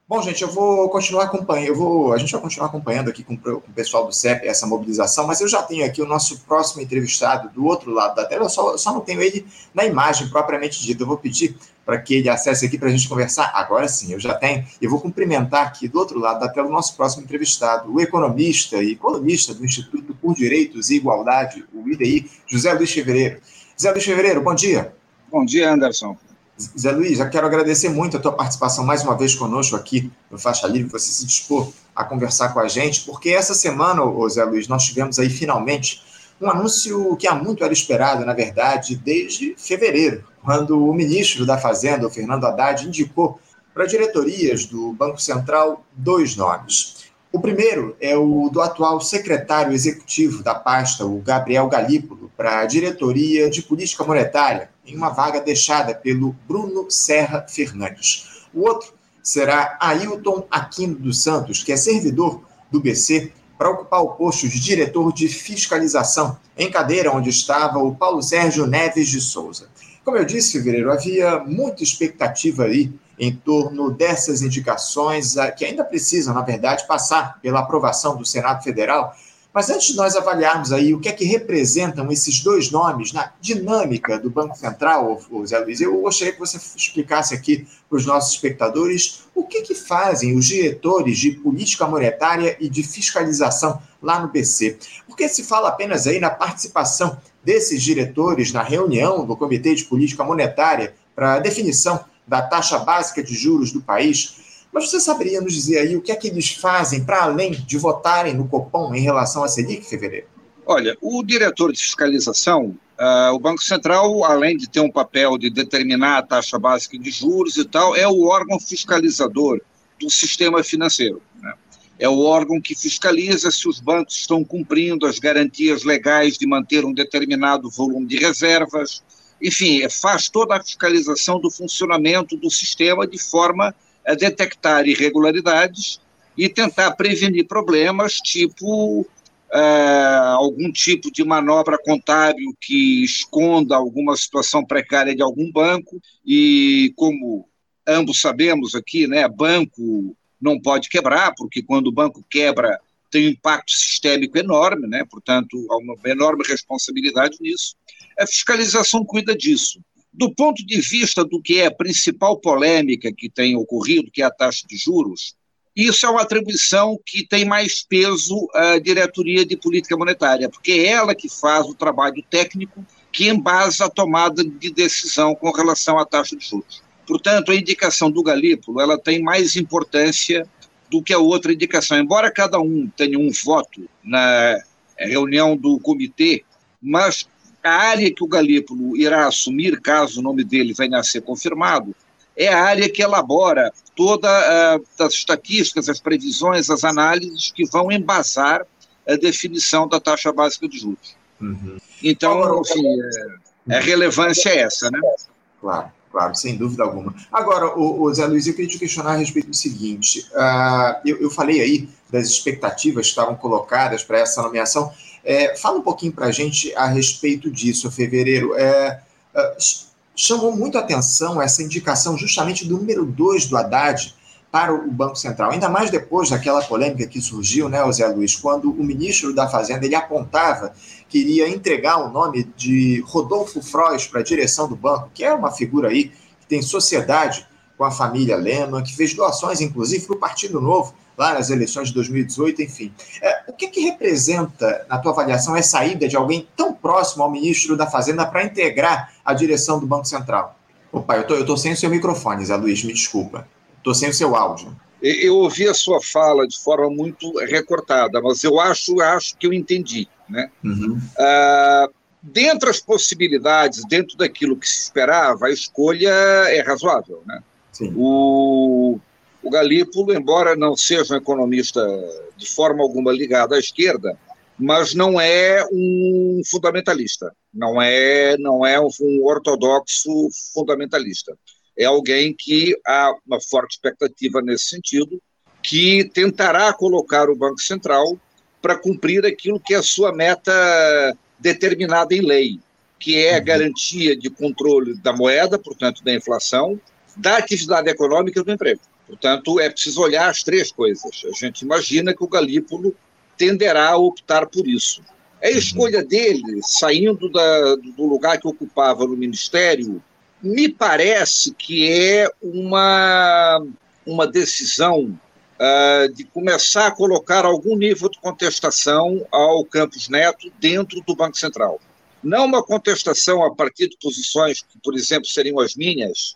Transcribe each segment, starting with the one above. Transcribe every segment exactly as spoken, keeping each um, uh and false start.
Bom, gente, eu vou continuar acompanhando, eu vou, a gente vai continuar acompanhando aqui com, com o pessoal do C E P essa mobilização, mas eu já tenho aqui o nosso próximo entrevistado do outro lado da tela, eu só, só não tenho ele na imagem propriamente dita. Eu vou pedir para que ele acesse aqui para a gente conversar. Agora sim, eu já tenho. Eu vou cumprimentar aqui do outro lado da tela o nosso próximo entrevistado, o economista e colunista do Instituto por Direitos e Igualdade, o I D I, José Luiz Fevereiro. José Luiz Fevereiro, bom dia. Bom dia, Anderson. Zé Luiz, já quero agradecer muito a tua participação mais uma vez conosco aqui no Faixa Livre, você se dispor a conversar com a gente, porque essa semana, ô Zé Luiz, nós tivemos aí finalmente um anúncio que há muito era esperado, na verdade, desde fevereiro, quando o ministro da Fazenda, o Fernando Haddad, indicou para diretorias do Banco Central dois nomes. O primeiro é o do atual secretário executivo da pasta, o Gabriel Galípolo, para a diretoria de política monetária, em uma vaga deixada pelo Bruno Serra Fernandes. O outro será Ailton Aquino dos Santos, que é servidor do B C, para ocupar o posto de diretor de fiscalização, em cadeira onde estava o Paulo Sérgio Neves de Souza. Como eu disse, Fevereiro, havia muita expectativa aí em torno dessas indicações, que ainda precisam, na verdade, passar pela aprovação do Senado Federal. Mas antes de nós avaliarmos aí o que é que representam esses dois nomes na dinâmica do Banco Central, Zé Luiz, eu gostaria que você explicasse aqui para os nossos espectadores o que que fazem os diretores de política monetária e de fiscalização lá no B C. Porque se fala apenas aí na participação desses diretores na reunião do Comitê de Política Monetária para a definição da taxa básica de juros do país, mas você saberia nos dizer aí o que é que eles fazem para além de votarem no Copom em relação à Selic, Fevereiro? Olha, o diretor de fiscalização, uh, o Banco Central, além de ter um papel de determinar a taxa básica de juros e tal, é o órgão fiscalizador do sistema financeiro, né? É o órgão que fiscaliza se os bancos estão cumprindo as garantias legais de manter um determinado volume de reservas. Enfim, faz toda a fiscalização do funcionamento do sistema de forma a detectar irregularidades e tentar prevenir problemas, tipo uh, algum tipo de manobra contábil que esconda alguma situação precária de algum banco. E como ambos sabemos aqui, né, banco não pode quebrar, porque quando o banco quebra tem um impacto sistêmico enorme, né, portanto há uma enorme responsabilidade nisso. A fiscalização cuida disso. Do ponto de vista do que é a principal polêmica que tem ocorrido, que é a taxa de juros, isso é uma atribuição que tem mais peso à diretoria de política monetária, porque é ela que faz o trabalho técnico que embasa a tomada de decisão com relação à taxa de juros. Portanto, a indicação do Galípolo, ela tem mais importância do que a outra indicação. Embora cada um tenha um voto na reunião do comitê, mas a área que o Galípolo irá assumir, caso o nome dele venha a ser confirmado, é a área que elabora todas uh, as estatísticas, as previsões, as análises que vão embasar a definição da taxa básica de juros. Uhum. Então, enfim, é, a relevância é essa, né? Claro, claro, sem dúvida alguma. Agora, o, o Zé Luiz, eu queria te questionar a respeito do seguinte, uh, eu, eu falei aí das expectativas que estavam colocadas para essa nomeação. É, fala um pouquinho para a gente a respeito disso, Fevereiro. É, é, chamou muito a atenção essa indicação justamente do número dois do Haddad para o Banco Central, ainda mais depois daquela polêmica que surgiu, né, Zé Luiz, quando o ministro da Fazenda ele apontava que iria entregar o nome de Rodolfo Frois para a direção do banco, que é uma figura aí que tem sociedade com a família Lehman, que fez doações, inclusive, para o Partido Novo, lá nas eleições de dois mil e dezoito, enfim. É, o que, que representa, na tua avaliação, essa saída de alguém tão próximo ao ministro da Fazenda para integrar a direção do Banco Central? Opa, eu tô, eu tô sem o seu microfone, Zé Luiz, me desculpa. Estou sem o seu áudio. Eu ouvi a sua fala de forma muito recortada, mas eu acho, acho que eu entendi, né? Uhum. Ah, dentre as possibilidades, dentro daquilo que se esperava, a escolha é razoável, né? Sim. O... O Galípolo, embora não seja um economista de forma alguma ligado à esquerda, mas não é um fundamentalista, não é, não é um ortodoxo fundamentalista. É alguém que há uma forte expectativa nesse sentido, que tentará colocar o Banco Central para cumprir aquilo que é a sua meta determinada em lei, que é a garantia de controle da moeda, portanto da inflação, da atividade econômica e do emprego. Portanto, é preciso olhar as três coisas. A gente imagina que o Galípolo tenderá a optar por isso. A escolha dele, saindo da, do lugar que ocupava no Ministério, me parece que é uma, uma decisão uh, de começar a colocar algum nível de contestação ao Campos Neto dentro do Banco Central. Não uma contestação a partir de posições que, por exemplo, seriam as minhas,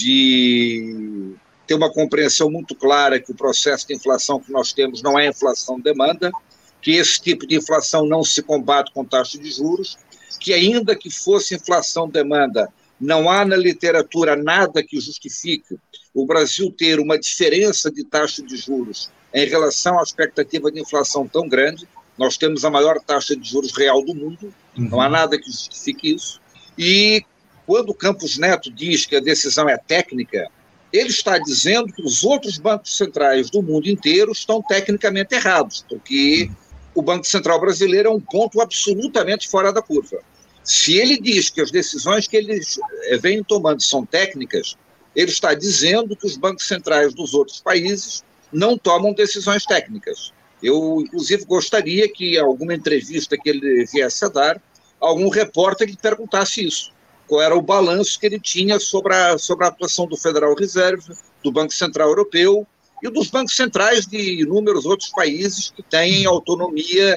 de ter uma compreensão muito clara que o processo de inflação que nós temos não é inflação de demanda, que esse tipo de inflação não se combate com taxa de juros, que ainda que fosse inflação de demanda, não há na literatura nada que justifique o Brasil ter uma diferença de taxa de juros em relação à expectativa de inflação tão grande. Nós temos a maior taxa de juros real do mundo, uhum. Não há nada que justifique isso. E quando o Campos Neto diz que a decisão é técnica, ele está dizendo que os outros bancos centrais do mundo inteiro estão tecnicamente errados, porque o Banco Central brasileiro é um ponto absolutamente fora da curva. Se ele diz que as decisões que eles vêm tomando são técnicas, ele está dizendo que os bancos centrais dos outros países não tomam decisões técnicas. Eu, inclusive, gostaria que, em alguma entrevista que ele viesse a dar, algum repórter lhe perguntasse isso. Qual era o balanço que ele tinha sobre a, sobre a atuação do Federal Reserve, do Banco Central Europeu e dos bancos centrais de inúmeros outros países que têm autonomia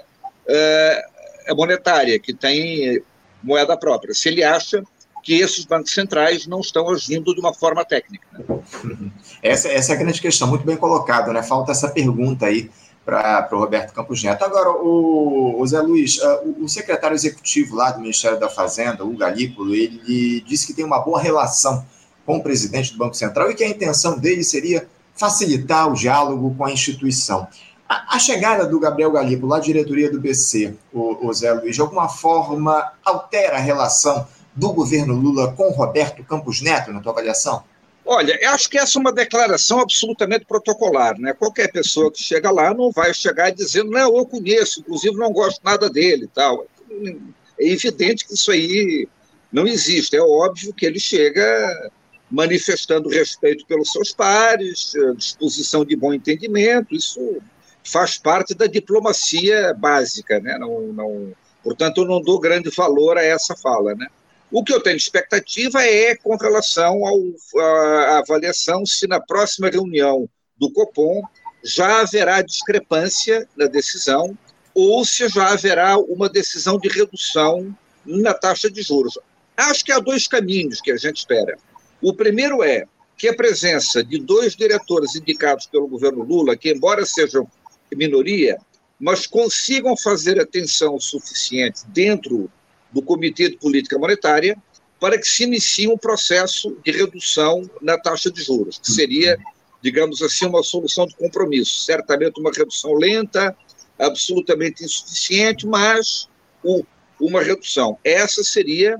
uh, monetária, que têm moeda própria. Se ele acha que esses bancos centrais não estão agindo de uma forma técnica. Né? Essa, essa é a grande questão, muito bem colocado, né? Falta essa pergunta aí para o Roberto Campos Neto. Agora, o, o Zé Luiz, uh, o, o secretário executivo lá do Ministério da Fazenda, o Galípolo, ele disse que tem uma boa relação com o presidente do Banco Central e que a intenção dele seria facilitar o diálogo com a instituição. A, a chegada do Gabriel Galípolo à diretoria do B C, o, o Zé Luiz, de alguma forma altera a relação do governo Lula com Roberto Campos Neto, na tua avaliação? Olha, eu acho que essa é uma declaração absolutamente protocolar, né? Qualquer pessoa que chega lá não vai chegar dizendo, não, eu conheço, inclusive não gosto nada dele e tal. É evidente que isso aí não existe. É óbvio que ele chega manifestando respeito pelos seus pares, disposição de bom entendimento, isso faz parte da diplomacia básica, né? Não, não, portanto, eu não dou grande valor a essa fala, né? O que eu tenho de expectativa é com relação à avaliação se na próxima reunião do Copom já haverá discrepância na decisão ou se já haverá uma decisão de redução na taxa de juros. Acho que há dois caminhos que a gente espera. O primeiro é que a presença de dois diretores indicados pelo governo Lula, que embora sejam minoria, mas consigam fazer atenção suficiente dentro do Comitê de Política Monetária para que se inicie um processo de redução na taxa de juros, que seria, digamos assim, uma solução de compromisso. Certamente uma redução lenta, absolutamente insuficiente, mas uma redução. Essa seria,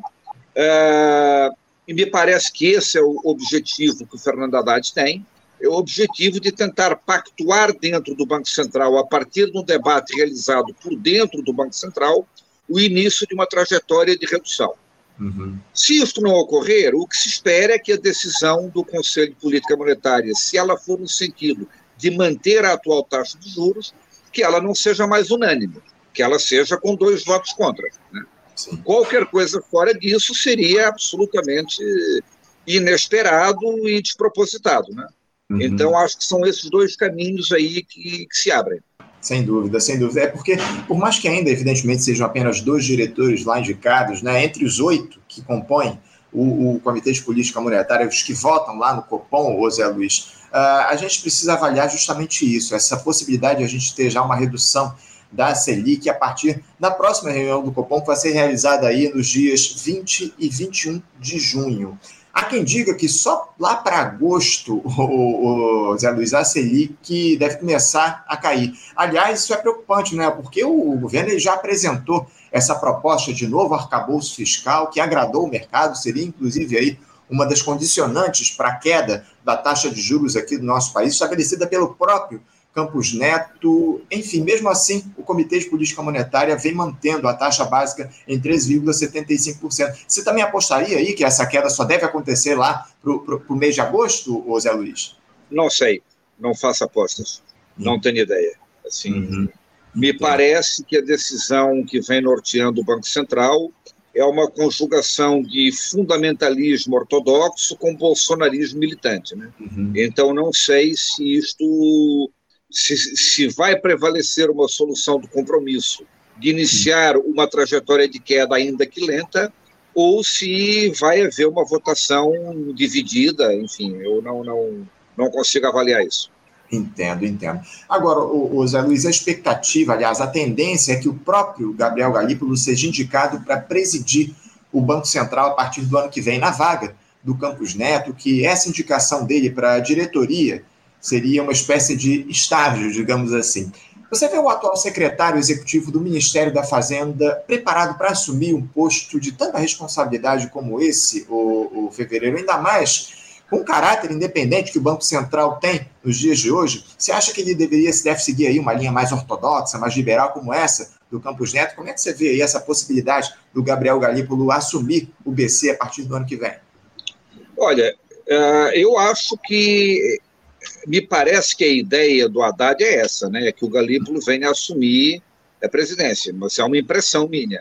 uh, e me parece que esse é o objetivo que o Fernando Haddad tem, é o objetivo de tentar pactuar dentro do Banco Central, a partir de um debate realizado por dentro do Banco Central, o início de uma trajetória de redução. Uhum. Se isto não ocorrer, o que se espera é que a decisão do Conselho de Política Monetária, se ela for no sentido de manter a atual taxa de juros, que ela não seja mais unânime, que ela seja com dois votos contra. Né? Qualquer coisa fora disso seria absolutamente inesperado e despropositado. Né? Uhum. Então, acho que são esses dois caminhos aí que, que se abrem. Sem dúvida, sem dúvida. É porque, por mais que ainda, evidentemente, sejam apenas dois diretores lá indicados, né, entre os oito que compõem o, o Comitê de Política Monetária, os que votam lá no Copom, ô Zé Luiz, uh, a gente precisa avaliar justamente isso, essa possibilidade de a gente ter já uma redução da Selic a partir da próxima reunião do Copom, que vai ser realizada aí nos dias vinte e vinte e um de junho. Há quem diga que só lá para agosto, o, o Zé Luiz, a Selic deve começar a cair. Aliás, isso é preocupante, né? Porque o governo ele já apresentou essa proposta de novo arcabouço fiscal que agradou o mercado, seria inclusive aí uma das condicionantes para a queda da taxa de juros aqui do nosso país, estabelecida pelo próprio Campos Neto. Enfim, mesmo assim, o Comitê de Política Monetária vem mantendo a taxa básica em três vírgula setenta e cinco por cento. Você também apostaria aí que essa queda só deve acontecer lá para o mês de agosto, ô Zé Luiz? Não sei, não faço apostas, não tenho ideia. Assim, uhum. Me parece que a decisão que vem norteando o Banco Central é uma conjugação de fundamentalismo ortodoxo com bolsonarismo militante, né? Uhum. Então, não sei se isto, se, se vai prevalecer uma solução do compromisso de iniciar uma trajetória de queda ainda que lenta, ou se vai haver uma votação dividida, enfim, eu não, não, não consigo avaliar isso. Entendo, entendo. Agora, o, o Zé Luiz, a expectativa, aliás, a tendência é que o próprio Gabriel Galípolo seja indicado para presidir o Banco Central a partir do ano que vem, na vaga do Campos Neto, que essa indicação dele para a diretoria seria uma espécie de estágio, digamos assim. Você vê o atual secretário executivo do Ministério da Fazenda preparado para assumir um posto de tanta responsabilidade como esse, o, o Fevereiro, ainda mais com o caráter independente que o Banco Central tem nos dias de hoje? Você acha que ele deveria, se deve seguir aí uma linha mais ortodoxa, mais liberal como essa do Campos Neto? Como é que você vê aí essa possibilidade do Gabriel Galípolo assumir o B C a partir do ano que vem? Olha, eu acho que, me parece que a ideia do Haddad é essa, né? Que o Galípolo venha assumir a presidência, mas é uma impressão minha.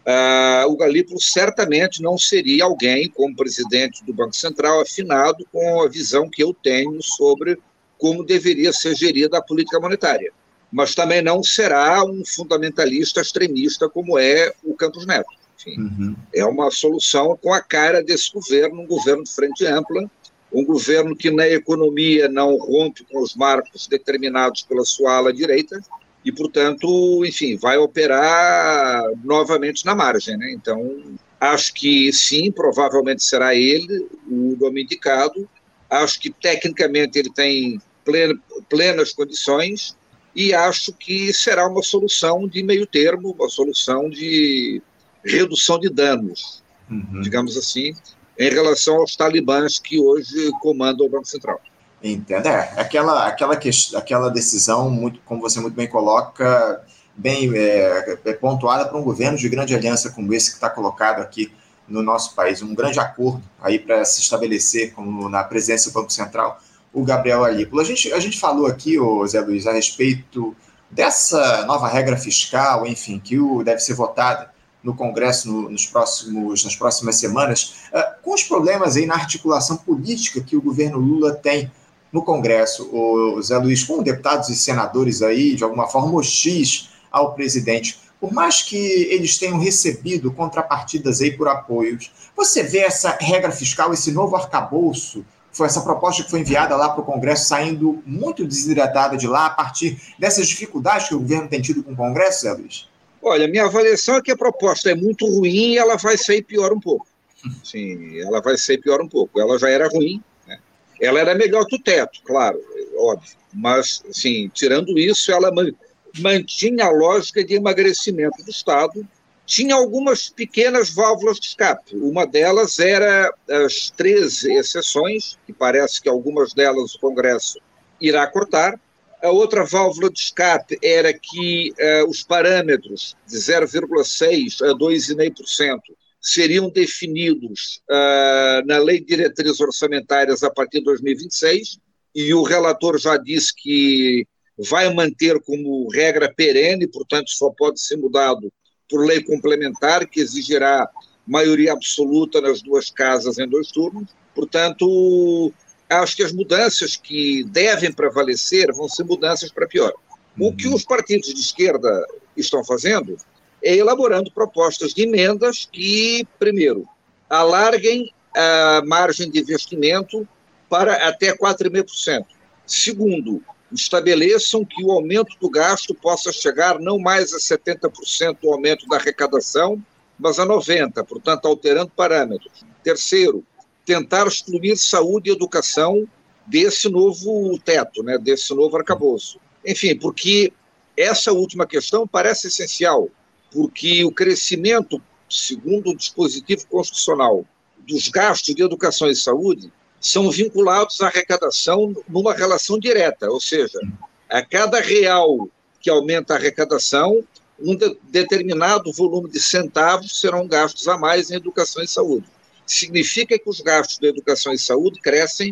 Uh, o Galípolo certamente não seria alguém, como presidente do Banco Central, afinado com a visão que eu tenho sobre como deveria ser gerida a política monetária. Mas também não será um fundamentalista extremista como é o Campos Neto. Enfim, uhum. É uma solução com a cara desse governo, um governo de frente ampla, um governo que na economia não rompe com os marcos determinados pela sua ala direita, e, portanto, enfim, vai operar novamente na margem, né? Então, acho que sim, provavelmente será ele o nome indicado. Acho que, tecnicamente, ele tem plen- plenas condições e acho que será uma solução de meio termo, uma solução de redução de danos, uhum. digamos assim, em relação aos talibãs que hoje comandam o Banco Central. Entendo. É, aquela, aquela, questão, aquela decisão, muito, como você muito bem coloca, bem é, é pontuada para um governo de grande aliança como esse que está colocado aqui no nosso país, um grande acordo aí para se estabelecer como na presidência do Banco Central, o Gabriel Galípolo. A gente, a gente falou aqui, ô Zé Luiz, a respeito dessa nova regra fiscal, enfim, que o, deve ser votada no Congresso no, nos próximos, nas próximas semanas, uh, com os problemas aí na articulação política que o governo Lula tem no Congresso, o Zé Luiz, com deputados e senadores aí, de alguma forma, hostis ao presidente, por mais que eles tenham recebido contrapartidas aí por apoios, você vê essa regra fiscal, esse novo arcabouço, foi essa proposta que foi enviada lá para o Congresso, saindo muito desidratada de lá, a partir dessas dificuldades que o governo tem tido com o Congresso, Zé Luiz? Olha, minha avaliação é que a proposta é muito ruim e ela vai sair pior um pouco. Sim, ela vai sair pior um pouco. Ela já era ruim, ela era melhor que o teto, claro, óbvio, mas, assim, tirando isso, ela mantinha a lógica de emagrecimento do Estado, tinha algumas pequenas válvulas de escape, uma delas era as treze exceções, que parece que algumas delas o Congresso irá cortar, a outra válvula de escape era que uh, os parâmetros de zero vírgula seis a dois vírgula cinco por cento seriam definidos uh, na Lei de Diretrizes Orçamentárias a partir de dois mil e vinte e seis, e o relator já disse que vai manter como regra perene, portanto só pode ser mudado por lei complementar, que exigirá maioria absoluta nas duas casas em dois turnos. Portanto, acho que as mudanças que devem prevalecer vão ser mudanças para pior. Uhum. O que os partidos de esquerda estão fazendo é elaborando propostas de emendas que, primeiro, alarguem a margem de investimento para até quatro vírgula cinco por cento. Segundo, estabeleçam que o aumento do gasto possa chegar não mais a setenta por cento do aumento da arrecadação, mas a noventa por cento, portanto, alterando parâmetros. Terceiro, tentar excluir saúde e educação desse novo teto, né, desse novo arcabouço. Enfim, porque essa última questão parece essencial, porque o crescimento, segundo o dispositivo constitucional, dos gastos de educação e saúde são vinculados à arrecadação numa relação direta, ou seja, a cada real que aumenta a arrecadação, um de, determinado volume de centavos serão gastos a mais em educação e saúde. Significa que os gastos de educação e saúde crescem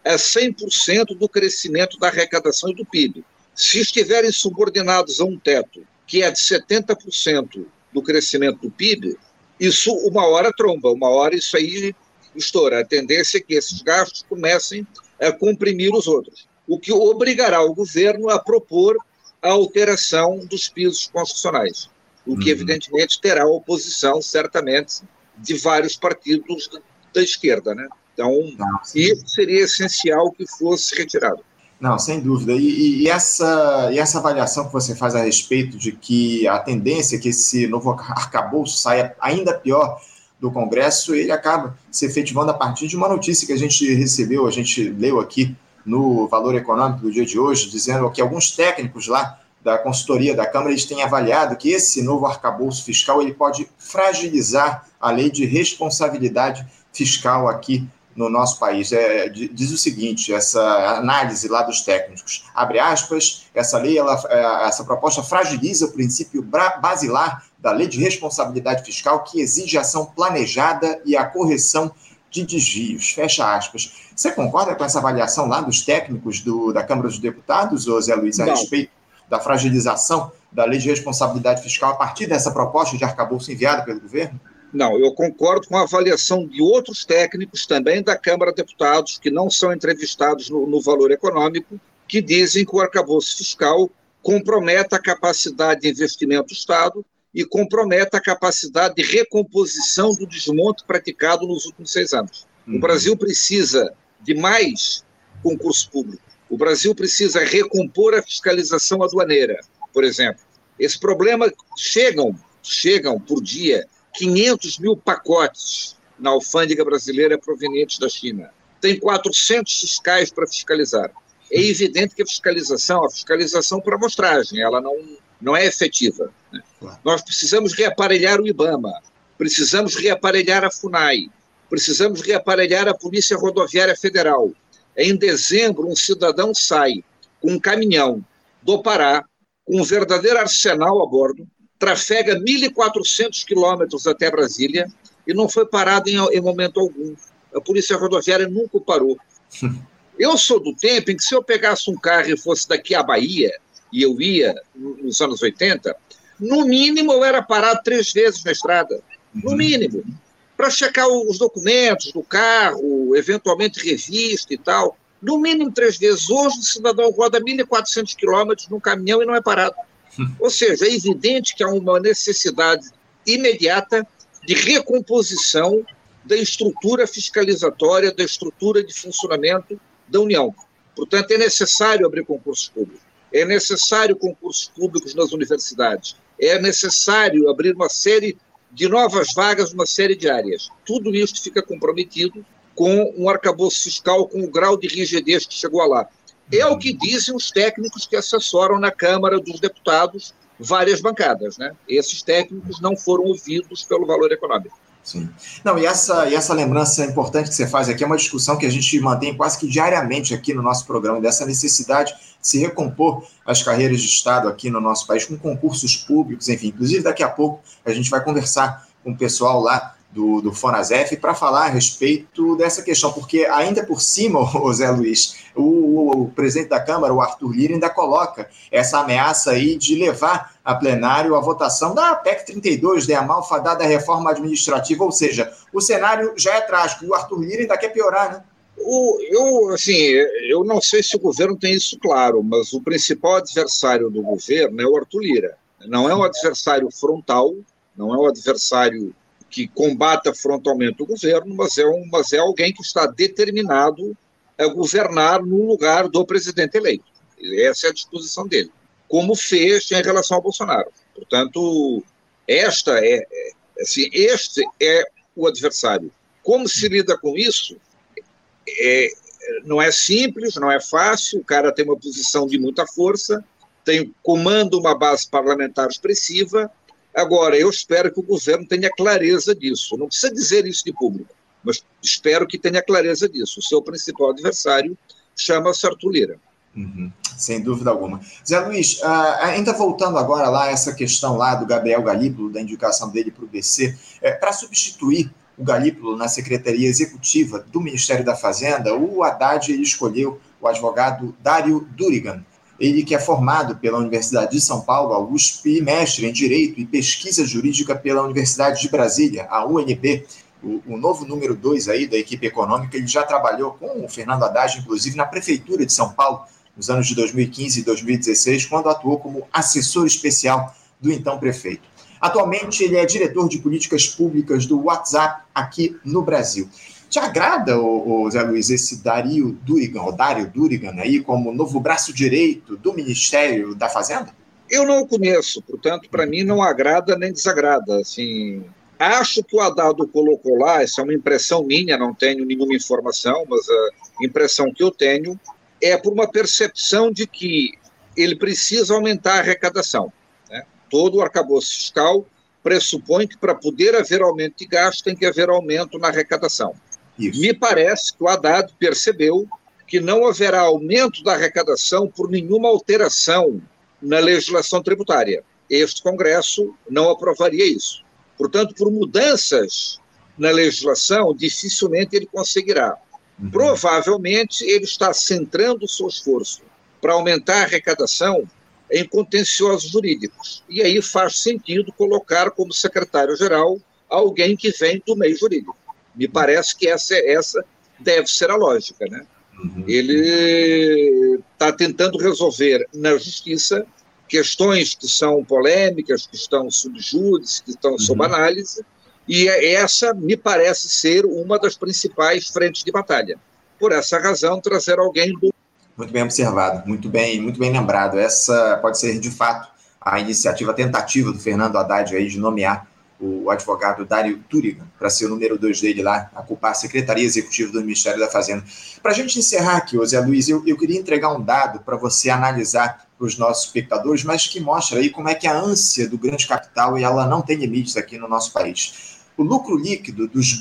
a cem por cento do crescimento da arrecadação e do P I B. Se estiverem subordinados a um teto que é de setenta por cento do crescimento do P I B, isso uma hora tromba, uma hora isso aí estoura. A tendência é que esses gastos comecem a comprimir os outros, o que obrigará o governo a propor a alteração dos pisos constitucionais, o que, uhum. evidentemente, terá oposição, certamente, de vários partidos da esquerda, né? Então, Não, isso seria essencial que fosse retirado. Não, sem dúvida. E, e, essa, e essa avaliação que você faz a respeito de que a tendência é que esse novo arcabouço saia ainda pior do Congresso, ele acaba se efetivando a partir de uma notícia que a gente recebeu, a gente leu aqui no Valor Econômico do dia de hoje, dizendo que alguns técnicos lá da consultoria da Câmara, eles têm avaliado que esse novo arcabouço fiscal ele pode fragilizar a lei de responsabilidade fiscal aqui no nosso país. É, diz o seguinte, essa análise lá dos técnicos, abre aspas, essa lei, ela, essa proposta fragiliza o princípio basilar da lei de responsabilidade fiscal que exige ação planejada e a correção de desvios, fecha aspas. Você concorda com essa avaliação lá dos técnicos do, da Câmara dos Deputados, ô Zé Luiz, a Não. respeito da fragilização da lei de responsabilidade fiscal a partir dessa proposta de arcabouço enviada pelo governo? Não, eu concordo com a avaliação de outros técnicos também da Câmara de Deputados, que não são entrevistados no, no Valor Econômico, que dizem que o arcabouço fiscal compromete a capacidade de investimento do Estado e compromete a capacidade de recomposição do desmonte praticado nos últimos seis anos. Uhum. O Brasil precisa de mais concurso público. O Brasil precisa recompor a fiscalização aduaneira, por exemplo. Esse problema, chegam, chegam por dia quinhentos mil pacotes na alfândega brasileira provenientes da China. Tem quatrocentos fiscais para fiscalizar. É evidente que a fiscalização, a fiscalização por amostragem, ela não, não é efetiva, né? Nós precisamos reaparelhar o IBAMA, precisamos reaparelhar a FUNAI, precisamos reaparelhar a Polícia Rodoviária Federal. Em dezembro, um cidadão sai com um caminhão do Pará, com um verdadeiro arsenal a bordo, trafega mil e quatrocentos quilômetros até Brasília e não foi parado em, em momento algum. A Polícia Rodoviária nunca o parou. Eu sou do tempo em que se eu pegasse um carro e fosse daqui à Bahia, e eu ia nos anos oitenta, no mínimo eu era parado três vezes na estrada. No mínimo. Para checar os documentos do carro, eventualmente revista e tal. No mínimo três vezes. Hoje o cidadão roda mil e quatrocentos quilômetros num caminhão e não é parado. Ou seja, é evidente que há uma necessidade imediata de recomposição da estrutura fiscalizatória, da estrutura de funcionamento da União. Portanto, é necessário abrir concursos públicos, é necessário concursos públicos nas universidades, é necessário abrir uma série de novas vagas, uma série de áreas. Tudo isso fica comprometido com um arcabouço fiscal com o grau de rigidez que chegou a lá. É o que dizem os técnicos que assessoram na Câmara dos Deputados várias bancadas, né? Esses técnicos não foram ouvidos pelo Valor Econômico. Sim. Não, e essa, e essa lembrança importante que você faz aqui é uma discussão que a gente mantém quase que diariamente aqui no nosso programa, dessa necessidade de se recompor as carreiras de Estado aqui no nosso país com concursos públicos, enfim. Inclusive, daqui a pouco a gente vai conversar com o pessoal lá do, do FONASEF para falar a respeito dessa questão, porque ainda por cima, o Zé Luiz, o, o presidente da Câmara, o Arthur Lira, ainda coloca essa ameaça aí de levar a plenário a votação da P E C trinta e dois, da malfadada reforma administrativa, ou seja, o cenário já é trágico, e o Arthur Lira ainda quer piorar, né? O, eu, assim, eu não sei se o governo tem isso claro, mas o principal adversário do governo é o Arthur Lira. Não é um adversário frontal, não é um adversário que combata frontalmente o governo, mas é, um, mas é alguém que está determinado a governar no lugar do presidente eleito. Essa é a disposição dele, como fez em relação ao Bolsonaro. Portanto, esta é, é, assim, este é o adversário. Como se lida com isso? É, não é simples, não é fácil, o cara tem uma posição de muita força, tem, comanda uma base parlamentar expressiva. Agora, eu espero que o governo tenha clareza disso. Não precisa dizer isso de público, mas espero que tenha clareza disso. O seu principal adversário chama-se Arthur Lira. Uhum, sem dúvida alguma. Zé Luiz, uh, ainda voltando agora lá, essa questão lá do Gabriel Galípolo, da indicação dele para o B C, é, para substituir o Galípolo na Secretaria Executiva do Ministério da Fazenda, o Haddad ele escolheu o advogado Dário Durigan. Ele que é formado pela Universidade de São Paulo, a U S P, e mestre em Direito e Pesquisa Jurídica pela Universidade de Brasília, a U N B. O, o novo número dois aí da equipe econômica, ele já trabalhou com o Fernando Haddad, inclusive na Prefeitura de São Paulo, nos anos de dois mil e quinze e dois mil e dezesseis, quando atuou como assessor especial do então prefeito. Atualmente, ele é diretor de políticas públicas do WhatsApp aqui no Brasil. Te agrada, o, o Zé Luiz, esse Dário Durigan, o Dário Durigan, aí, como novo braço direito do Ministério da Fazenda? Eu não o conheço, portanto, para mim não agrada nem desagrada. Assim, acho que o Haddad colocou lá, essa é uma impressão minha, não tenho nenhuma informação, mas a impressão que eu tenho é por uma percepção de que ele precisa aumentar a arrecadação. Né? Todo o arcabouço fiscal pressupõe que para poder haver aumento de gasto tem que haver aumento na arrecadação. Isso. Me parece que o Haddad percebeu que não haverá aumento da arrecadação por nenhuma alteração na legislação tributária. Este Congresso não aprovaria isso. Portanto, por mudanças na legislação, dificilmente ele conseguirá. Uhum. Provavelmente, ele está centrando o seu esforço para aumentar a arrecadação em contenciosos jurídicos. E aí faz sentido colocar como secretário-geral alguém que vem do meio jurídico. Me parece que essa, essa deve ser a lógica, né? Uhum. Ele está tentando resolver na justiça questões que são polêmicas, que estão sob júdice, que estão uhum. sob análise, e essa me parece ser uma das principais frentes de batalha. Por essa razão, trazer alguém do... Muito bem observado, muito bem, muito bem lembrado. Essa pode ser, de fato, a iniciativa, a tentativa do Fernando Haddad aí de nomear o advogado Dário Durigan para ser o número dois dele lá, ocupar a Secretaria Executiva do Ministério da Fazenda. Para a gente encerrar aqui, ô Zé Luiz, eu, eu queria entregar um dado para você analisar para os nossos espectadores, mas que mostra aí como é que a ânsia do grande capital e ela não tem limites aqui no nosso país. O lucro líquido dos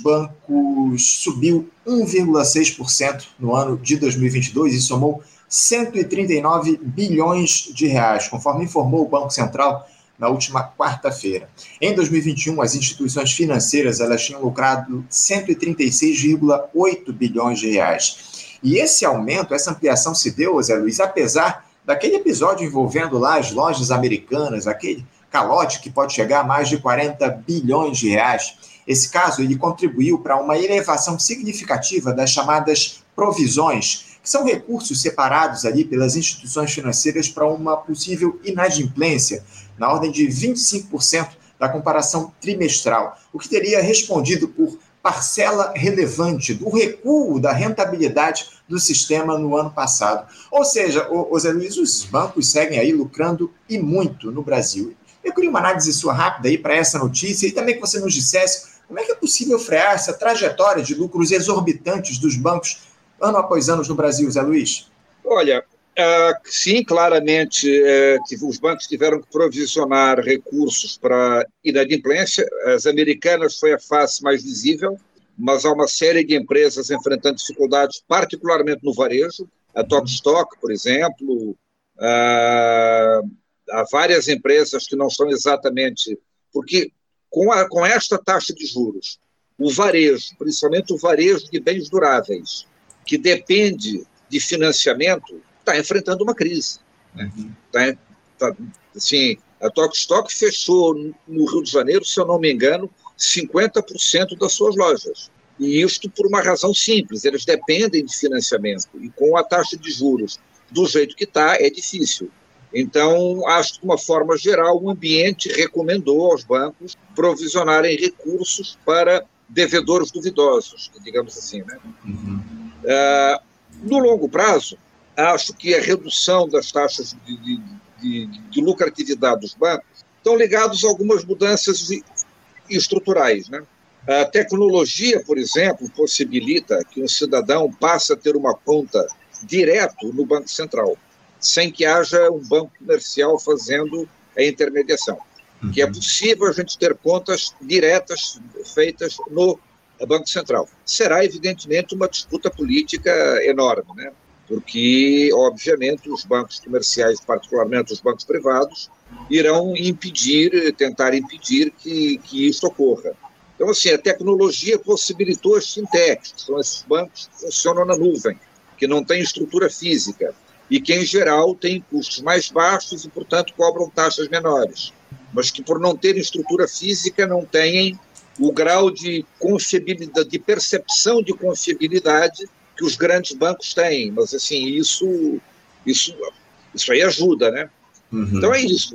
bancos subiu um vírgula seis por cento no ano de dois mil e vinte e dois e somou cento e trinta e nove bilhões de reais, conforme informou o Banco Central na última quarta-feira. Em dois mil e vinte e um, as instituições financeiras elas tinham lucrado cento e trinta e seis vírgula oito bilhões de reais. E esse aumento, essa ampliação se deu, Zé Luiz, apesar daquele episódio envolvendo lá as lojas americanas, aquele calote que pode chegar a mais de quarenta bilhões de reais. Esse caso ele contribuiu para uma elevação significativa das chamadas provisões, que são recursos separados ali pelas instituições financeiras para uma possível inadimplência, na ordem de vinte e cinco por cento da comparação trimestral, o que teria respondido por parcela relevante do recuo da rentabilidade do sistema no ano passado. Ou seja, ô, ô Zé Luiz, os bancos seguem aí lucrando e muito no Brasil. Eu queria uma análise sua rápida aí para essa notícia e também que você nos dissesse como é que é possível frear essa trajetória de lucros exorbitantes dos bancos ano após ano no Brasil, Zé Luiz? Olha, uh, sim, claramente uh, os bancos tiveram que provisionar recursos para inadimplência. As americanas foi a face mais visível, mas há uma série de empresas enfrentando dificuldades, particularmente no varejo. A Tokstok, por exemplo, uh, há várias empresas que não estão exatamente... Porque com, a, com esta taxa de juros, o varejo, principalmente o varejo de bens duráveis, que depende de financiamento, está enfrentando uma crise. Né? Uhum. Tá, tá, assim, a Tokstok fechou no Rio de Janeiro, se eu não me engano, cinquenta por cento das suas lojas. E isto por uma razão simples, eles dependem de financiamento. E com a taxa de juros do jeito que está, é difícil. Então, acho que, de uma forma geral, o ambiente recomendou aos bancos provisionarem recursos para devedores duvidosos, digamos assim, né? Uhum. Uh, no longo prazo, acho que a redução das taxas de, de, de, de lucratividade dos bancos estão ligados a algumas mudanças estruturais, né? A tecnologia, por exemplo, possibilita que um cidadão passe a ter uma conta direto no Banco Central, sem que haja um banco comercial fazendo a intermediação. Uhum. Que é possível a gente ter contas diretas feitas no Banco Central. Será, evidentemente, uma disputa política enorme, né? Porque, obviamente, os bancos comerciais, particularmente os bancos privados, irão impedir, tentar impedir que, que isso ocorra. Então, assim, a tecnologia possibilitou as fintechs, que são esses bancos que funcionam na nuvem, que não têm estrutura física e que, em geral, têm custos mais baixos e, portanto, cobram taxas menores, mas que, por não terem estrutura física, não têm o grau de confiabilidade, de percepção de confiabilidade que os grandes bancos têm. Mas, assim, isso, isso, isso aí ajuda, né? Uhum. Então, é isso.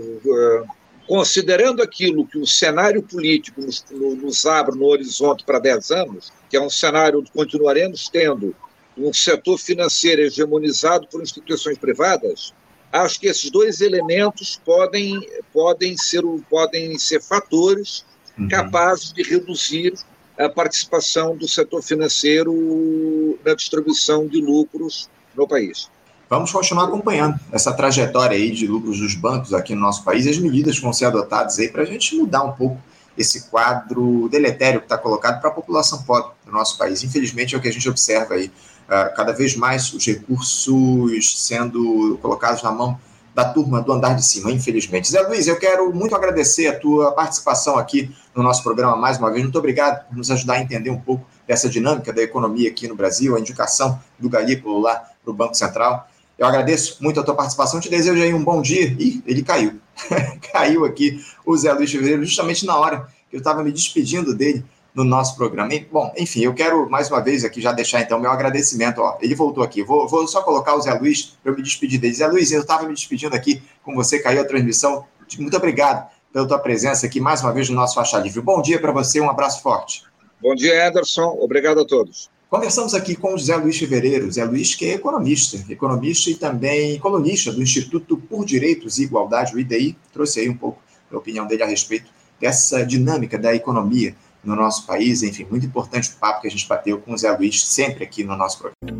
Considerando aquilo que o cenário político nos, nos abre no horizonte para dez anos, que é um cenário onde continuaremos tendo um setor financeiro hegemonizado por instituições privadas, acho que esses dois elementos podem, podem, ser, podem ser fatores uhum. capazes de reduzir a participação do setor financeiro na distribuição de lucros no país. Vamos continuar acompanhando essa trajetória aí de lucros dos bancos aqui no nosso país e as medidas que vão ser adotadas aí para a gente mudar um pouco esse quadro deletério que está colocado para a população pobre do nosso país. Infelizmente é o que a gente observa aí, uh, cada vez mais os recursos sendo colocados na mão da turma do andar de cima, infelizmente. Zé Luiz, eu quero muito agradecer a tua participação aqui no nosso programa mais uma vez. Muito obrigado por nos ajudar a entender um pouco dessa dinâmica da economia aqui no Brasil, a indicação do Galípolo lá para o Banco Central. Eu agradeço muito a tua participação, te desejo aí um bom dia. Ih, ele caiu. Caiu aqui o Zé Luiz Fevereiro, justamente na hora que eu estava me despedindo dele no nosso programa. Bom, enfim, eu quero mais uma vez aqui já deixar então meu agradecimento. Ó, ele voltou aqui. Vou, vou só colocar o Zé Luiz para eu me despedir dele. Zé Luiz, eu estava me despedindo aqui com você, caiu a transmissão. Muito obrigado pela tua presença aqui mais uma vez no nosso Faixa Livre. Bom dia para você, um abraço forte. Bom dia, Anderson. Obrigado a todos. Conversamos aqui com o Zé Luiz Fevereiro, Zé Luiz que é economista, economista e também colunista do Instituto por Direitos e Igualdade, o I D I, trouxe aí um pouco a opinião dele a respeito dessa dinâmica da economia no nosso país. Enfim, muito importante o papo que a gente bateu com o Zé Luiz sempre aqui no nosso programa.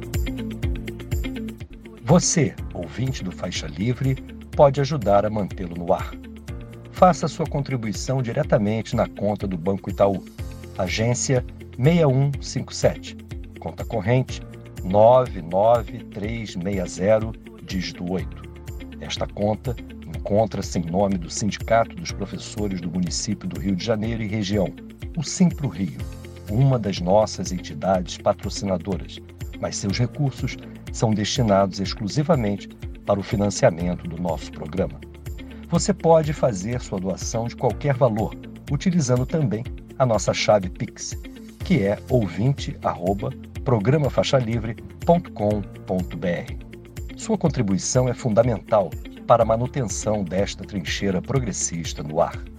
Você, ouvinte do Faixa Livre, pode ajudar a mantê-lo no ar. Faça sua contribuição diretamente na conta do Banco Itaú, agência seis um cinco sete, conta corrente nove nove três seis zero, dígito oito. Esta conta encontra-se em nome do Sindicato dos Professores do Município do Rio de Janeiro e Região, o Simpro Rio, uma das nossas entidades patrocinadoras, mas seus recursos são destinados exclusivamente para o financiamento do nosso programa. Você pode fazer sua doação de qualquer valor, utilizando também a nossa chave Pix, que é ouvinte arroba programa faixa livre ponto com ponto br. Sua contribuição é fundamental para a manutenção desta trincheira progressista no ar.